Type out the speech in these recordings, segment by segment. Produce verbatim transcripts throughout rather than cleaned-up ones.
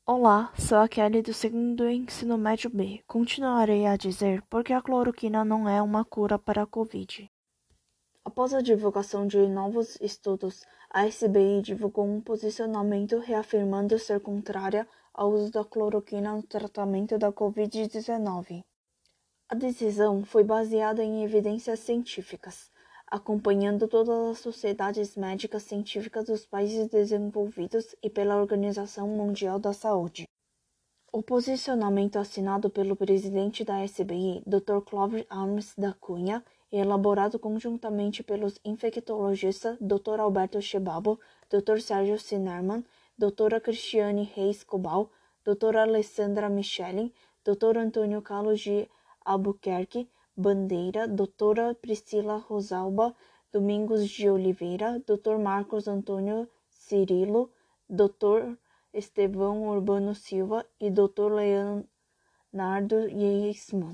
Olá, sou a Kelly do segundo ensino médio B. Continuarei a dizer por que a cloroquina não é uma cura para a Covid. Após a divulgação de novos estudos, a S B I divulgou um posicionamento reafirmando ser contrária ao uso da cloroquina no tratamento da Covid dezenove. A decisão foi baseada em evidências científicas, acompanhando todas as sociedades médicas científicas dos países desenvolvidos e pela Organização Mundial da Saúde. O posicionamento assinado pelo presidente da S B I, doutor Clóvis Armes da Cunha, e elaborado conjuntamente pelos infectologistas doutor Alberto Chebabo, doutor Sérgio Sinerman, doutora Cristiane Reis Cobal, doutora Alessandra Michelin, doutor Antônio Carlos de Albuquerque Bandeira, doutora Priscila Rosalba Domingos de Oliveira, doutor Marcos Antônio Cirilo, doutor Estevão Urbano Silva e doutor Leonardo Yeisman.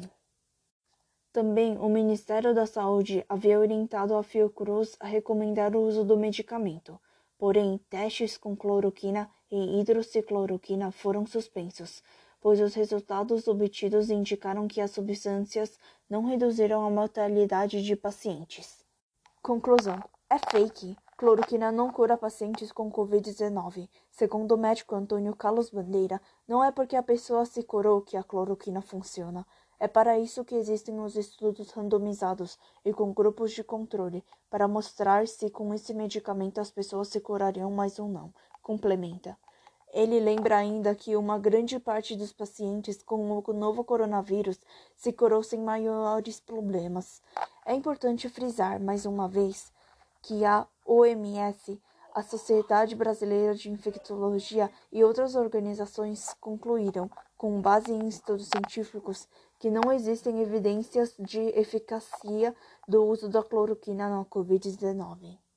Também o Ministério da Saúde havia orientado a Fiocruz a recomendar o uso do medicamento, porém testes com cloroquina e hidroxicloroquina foram suspensos, pois os resultados obtidos indicaram que as substâncias não reduziram a mortalidade de pacientes. Conclusão: é fake. Cloroquina não cura pacientes com covid dezenove. Segundo o médico Antônio Carlos Bandeira, não é porque a pessoa se curou que a cloroquina funciona. É para isso que existem os estudos randomizados e com grupos de controle, para mostrar se com esse medicamento as pessoas se curariam mais ou não. Complementa. Ele lembra ainda que uma grande parte dos pacientes com o novo coronavírus se curou sem maiores problemas. É importante frisar, mais uma vez, que a O M S, a Sociedade Brasileira de Infectologia e outras organizações concluíram, com base em estudos científicos, que não existem evidências de eficácia do uso da cloroquina na covid dezenove.